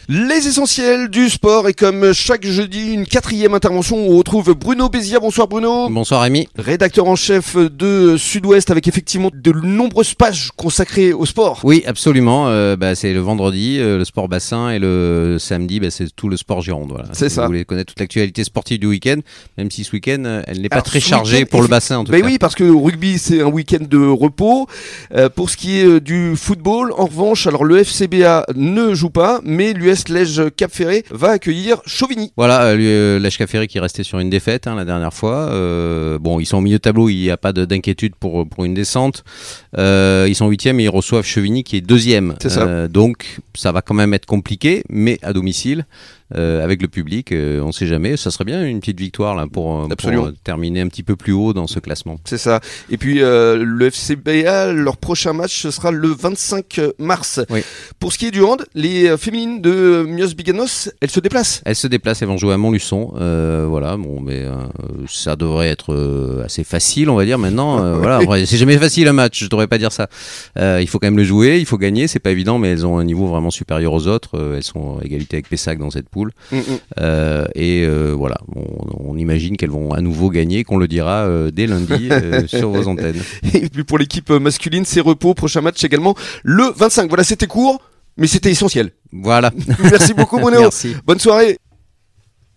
Les essentiels du sport et comme chaque jeudi, une quatrième intervention, on retrouve Bruno Bézia. Bonsoir Bruno. Bonsoir Rémi. Rédacteur en chef de Sud-Ouest avec effectivement de nombreuses pages consacrées au sport. Oui, absolument. C'est le vendredi, le sport bassin, et le samedi, c'est tout le sport Gironde. Voilà. C'est ça. Vous voulez connaître toute l'actualité sportive du week-end, même si ce week-end, elle n'est pas très chargée pour le bassin en tout cas. Oui, parce que le rugby, c'est un week-end de repos. Pour ce qui est du football, en revanche, alors le FCBA ne joue pas, mais l'US Lège Cap-Ferré va accueillir Chauvigny. Voilà, Lège Cap-Ferré qui est resté sur une défaite la dernière fois. Ils sont au milieu de tableau, il n'y a pas d'inquiétude pour une descente. Ils sont 8e et ils reçoivent Chauvigny qui est 2e. C'est ça. Donc ça va quand même être compliqué, mais à domicile. Avec le public, on ne sait jamais, ça serait bien une petite victoire là, pour terminer un petit peu plus haut dans ce classement. C'est ça. Et puis le FCBA, leur prochain match ce sera le 25 mars. Oui. Pour ce qui est du hand, les féminines de Mios Biganos, elles se déplacent. Elles vont jouer à Montluçon. Ça devrait être assez facile, on va dire maintenant. Voilà, c'est jamais facile un match, je devrais pas dire ça. Il faut quand même le jouer, il faut gagner, c'est pas évident, mais elles ont un niveau vraiment supérieur aux autres. Elles sont à égalité avec Pessac dans cette poule. On imagine qu'elles vont à nouveau gagner, qu'on le dira dès lundi sur vos antennes. Et puis pour l'équipe masculine, c'est repos, prochain match également le 25. Voilà, c'était court, mais c'était essentiel. Voilà. Merci beaucoup Bruno. Merci. Bonne soirée.